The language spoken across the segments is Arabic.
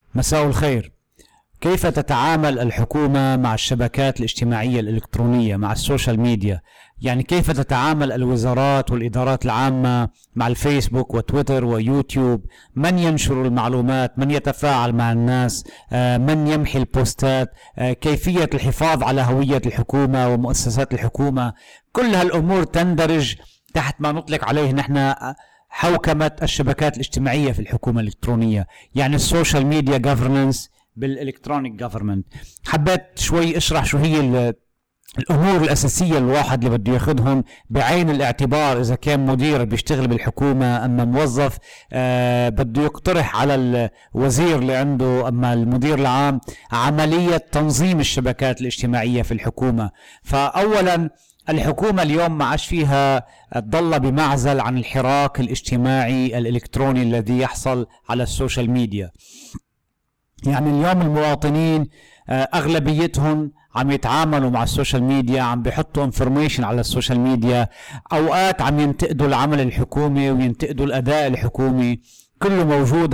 مساء الخير. كيف تتعامل الحكومة مع الشبكات الاجتماعية الإلكترونية مع السوشيال ميديا؟ يعني كيف تتعامل الوزارات والإدارات العامة مع الفيسبوك وتويتر ويوتيوب؟ من ينشر المعلومات؟ من يتفاعل مع الناس؟ من يمحي البوستات؟ كيفية الحفاظ على هوية الحكومة ومؤسسات الحكومة؟ كل هالأمور تندرج تحت ما نطلق عليه نحن حوكمة الشبكات الاجتماعية في الحكومة الإلكترونية، يعني السوشيال ميديا جوفرننس بالإلكترونيك جوفرمنت. حبيت شوي اشرح شو هي الامور الاساسيه الواحد اللي بده ياخذهم بعين الاعتبار اذا كان مدير بيشتغل بالحكومه اما موظف بده يقترح على الوزير اللي عنده اما المدير العام عمليه تنظيم الشبكات الاجتماعيه في الحكومه. فاولا الحكومة اليوم ما عاش فيها تضل بمعزل عن الحراك الاجتماعي الإلكتروني الذي يحصل على السوشيال ميديا. يعني اليوم المواطنين أغلبيتهم عم يتعاملوا مع السوشيال ميديا، عم بيحطوا انفورميشن على السوشيال ميديا، أوقات عم ينتقدوا العمل الحكومي وينتقدوا الأداء الحكومي. كله موجود،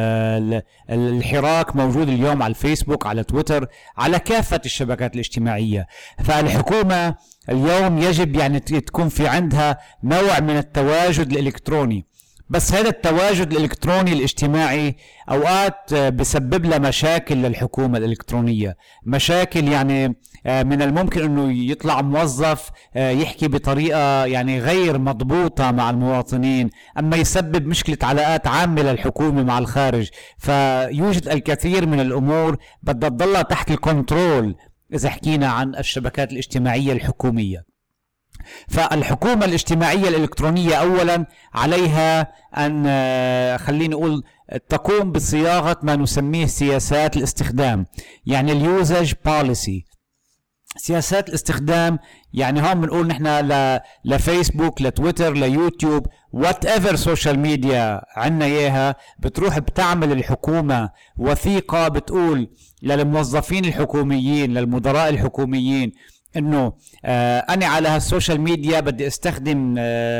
الحراك موجود اليوم على الفيسبوك، على تويتر، على كافة الشبكات الاجتماعية. فالحكومة اليوم يجب يعني تكون في عندها نوع من التواجد الإلكتروني، بس هذا التواجد الإلكتروني الاجتماعي أوقات بسبب له مشاكل للحكومة الإلكترونية. مشاكل يعني من الممكن أنه يطلع موظف يحكي بطريقة يعني غير مضبوطة مع المواطنين، أما يسبب مشكلة علاقات عامة للحكومة مع الخارج. فيوجد الكثير من الأمور بدها تضلها تحت الكنترول إذا حكينا عن الشبكات الاجتماعية الحكومية. فالحكومة الاجتماعية الإلكترونية أولا عليها أن خليني أقول تقوم بصياغة ما نسميه سياسات الاستخدام، يعني اليوزج بوليسي. سياسات الاستخدام يعني هم بنقول نحن لفيسبوك، لتويتر، ليوتيوب، وات ايفر سوشيال ميديا عنا اياها، بتروح بتعمل الحكومة وثيقة بتقول للموظفين الحكوميين، للمدراء الحكوميين، انه انا على هالسوشيال ميديا بدي استخدم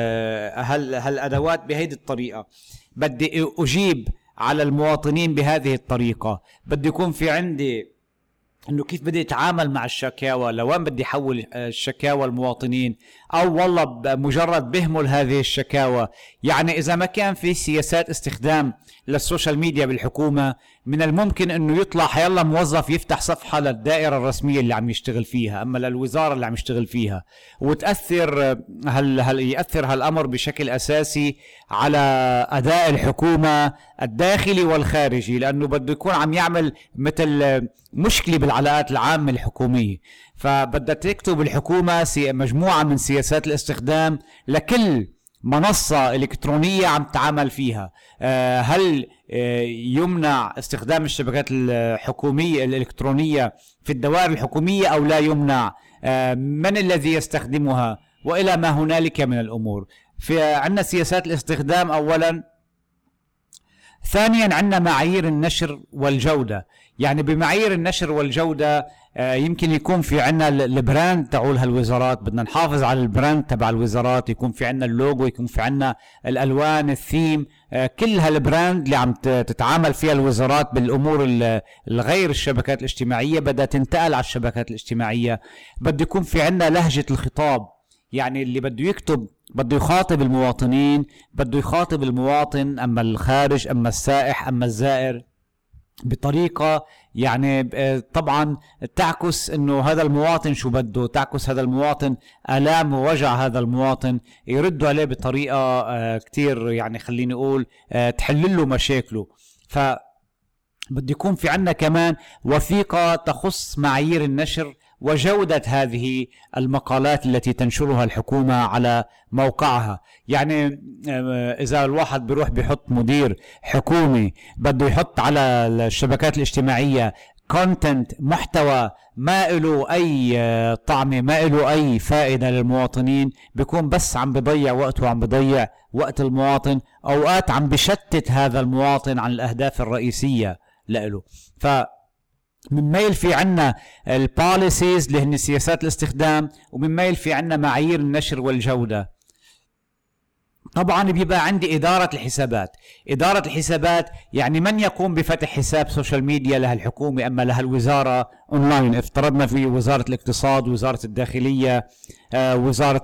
هالادوات بهيدي الطريقة، بدي اجيب على المواطنين بهذه الطريقة، بدي يكون في عندي انه كيف بدي اتعامل مع الشكاوى، لوين بدي احول الشكاوى المواطنين، او والله مجرد بهمل هذه الشكاوى. يعني اذا ما كان في سياسات استخدام للسوشيال ميديا بالحكومة، من الممكن انه يطلع حيلا موظف يفتح صفحة للدائرة الرسمية اللي عم يشتغل فيها، اما للوزارة اللي عم يشتغل فيها، وتأثر يأثر هالامر بشكل اساسي على اداء الحكومة الداخلي والخارجي، لانه بده يكون عم يعمل مثل مشكلة بالعلاقات العامة الحكومية. فبدها تكتب الحكومة مجموعة من سياسات الاستخدام لكل منصة إلكترونية عم تتعامل فيها. هل يمنع استخدام الشبكات الحكومية الإلكترونية في الدوائر الحكومية أو لا يمنع؟ من الذي يستخدمها؟ وإلى ما هنالك من الأمور. في عندنا سياسات الاستخدام أولا. ثانيا عندنا معايير النشر والجودة. يعني بمعايير النشر والجودة يمكن يكون في عندنا البراند تاعول هالوزارات، بدنا نحافظ على البراند تبع الوزارات، يكون في عندنا اللوجو، يكون في عندنا الالوان، الثيم، كل هالبراند اللي عم تتعامل فيها الوزارات بالامور الغير الشبكات الاجتماعية بدها تنتقل على الشبكات الاجتماعية. بده يكون في عندنا لهجة الخطاب، يعني اللي بده يكتب بده يخاطب المواطنين، بده يخاطب المواطن اما الخارج، اما السائح، اما الزائر بطريقة يعني طبعا تعكس انه هذا المواطن شو بده، تعكس هذا المواطن آلام ووجع هذا المواطن، يردوا عليه بطريقة كتير يعني خليني اقول تحل له مشاكله. بده يكون في عنا كمان وثيقة تخص معايير النشر وجودة هذه المقالات التي تنشرها الحكومة على موقعها. يعني إذا الواحد بيروح بيحط مدير حكومي بده يحط على الشبكات الاجتماعية كونتنت، محتوى ما له أي طعمة، ما له أي فائدة للمواطنين، بيكون بس عم بيضيع وقته وعم بيضيع وقت المواطن، أوقات عم بشتت هذا المواطن عن الأهداف الرئيسية له. بنميل في عنا البوليسيز اللي هن سياسات الاستخدام، وبنميل في عنا معايير النشر والجودة. طبعا بيبقى عندي إدارة الحسابات. إدارة الحسابات يعني من يقوم بفتح حساب سوشيال ميديا لها الحكومة أما لها الوزارة أونلاين. افترضنا في وزارة الاقتصاد، وزارة الداخلية، وزارة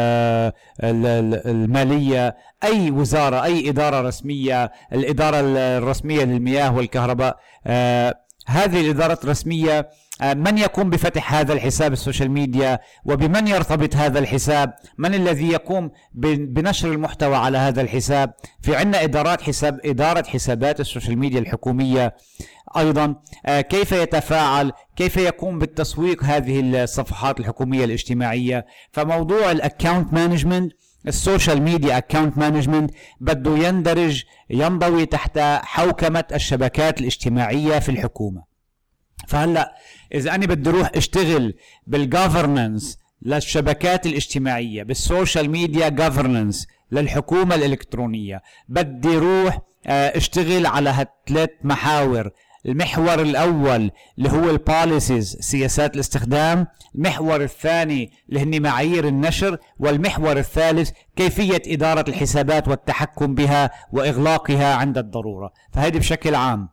المالية، أي وزارة، أي إدارة رسمية، الإدارة الرسمية للمياه والكهرباء، هذه الإدارات الرسمية من يقوم بفتح هذا الحساب السوشيال ميديا، وبمن يرتبط هذا الحساب، من الذي يقوم بنشر المحتوى على هذا الحساب. في عنا إدارة حسابات السوشيال ميديا الحكومية أيضا، كيف يتفاعل، كيف يقوم بالتسويق هذه الصفحات الحكومية الاجتماعية. فموضوع الأكاونت مانجمنت، السوشيال ميديا أكاونت مانجمنت، بده ينضوي تحت حوكمة الشبكات الاجتماعية في الحكومة. فهلا اذا انا بدي اروح اشتغل بالجوفرننس للشبكات الاجتماعيه، بالسوشيال ميديا جوفرننس للحكومه الالكترونيه، بدي اروح اشتغل على هالثلاث محاور. المحور الاول اللي هو البوليسيز، سياسات الاستخدام، المحور الثاني اللي هن معايير النشر، والمحور الثالث كيفيه اداره الحسابات والتحكم بها واغلاقها عند الضروره. فهيدي بشكل عام.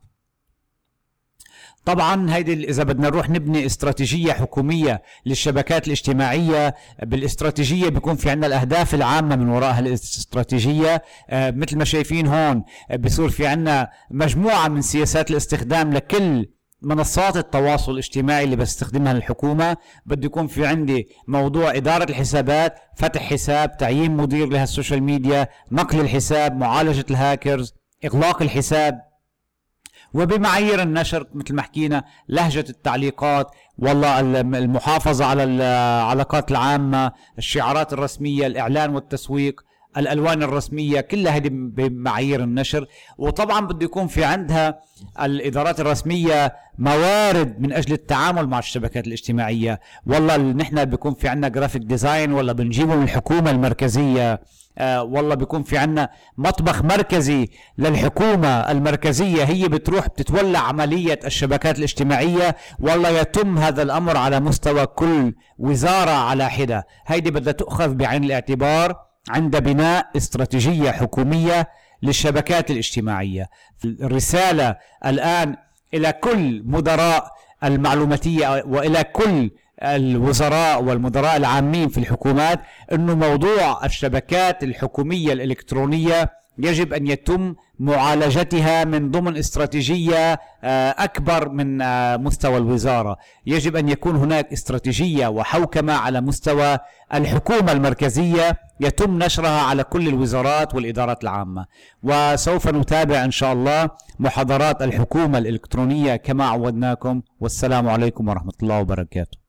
طبعا هيدي اذا بدنا نروح نبني استراتيجيه حكوميه للشبكات الاجتماعيه، بالاستراتيجيه بيكون في عندنا الاهداف العامه من وراء الاستراتيجيه. مثل ما شايفين هون بيصير في عندنا مجموعه من سياسات الاستخدام لكل منصات التواصل الاجتماعي اللي بستخدمها الحكومه. بده يكون في عندي موضوع اداره الحسابات، فتح حساب، تعيين مدير لهالسوشيال ميديا، نقل الحساب، معالجه الهاكرز، اغلاق الحساب، وبمعايير النشر مثل ما حكينا، لهجة التعليقات، والله المحافظة على العلاقات العامة، الشعارات الرسمية، الإعلان والتسويق، الألوان الرسمية، كلها هذه بمعايير النشر. وطبعا بده يكون في عندها الإدارات الرسمية موارد من أجل التعامل مع الشبكات الاجتماعية. والله نحن بيكون في عندنا جرافيك ديزاين، ولا بنجيبه من الحكومة المركزية، والله بيكون في عنا مطبخ مركزي للحكومة المركزية، هي بتروح بتتولى عملية الشبكات الاجتماعية. والله يتم هذا الأمر على مستوى كل وزارة على حدة. هيدي بدها تؤخذ بعين الاعتبار عند بناء استراتيجية حكومية للشبكات الاجتماعية. الرسالة الآن إلى كل مدراء المعلوماتية وإلى كل الوزراء والمدراء العامين في الحكومات انه موضوع الشبكات الحكومية الالكترونية يجب ان يتم معالجتها من ضمن استراتيجية اكبر من مستوى الوزارة. يجب ان يكون هناك استراتيجية وحوكمة على مستوى الحكومة المركزية يتم نشرها على كل الوزارات والادارات العامة. وسوف نتابع ان شاء الله محاضرات الحكومة الالكترونية كما عودناكم. والسلام عليكم ورحمة الله وبركاته.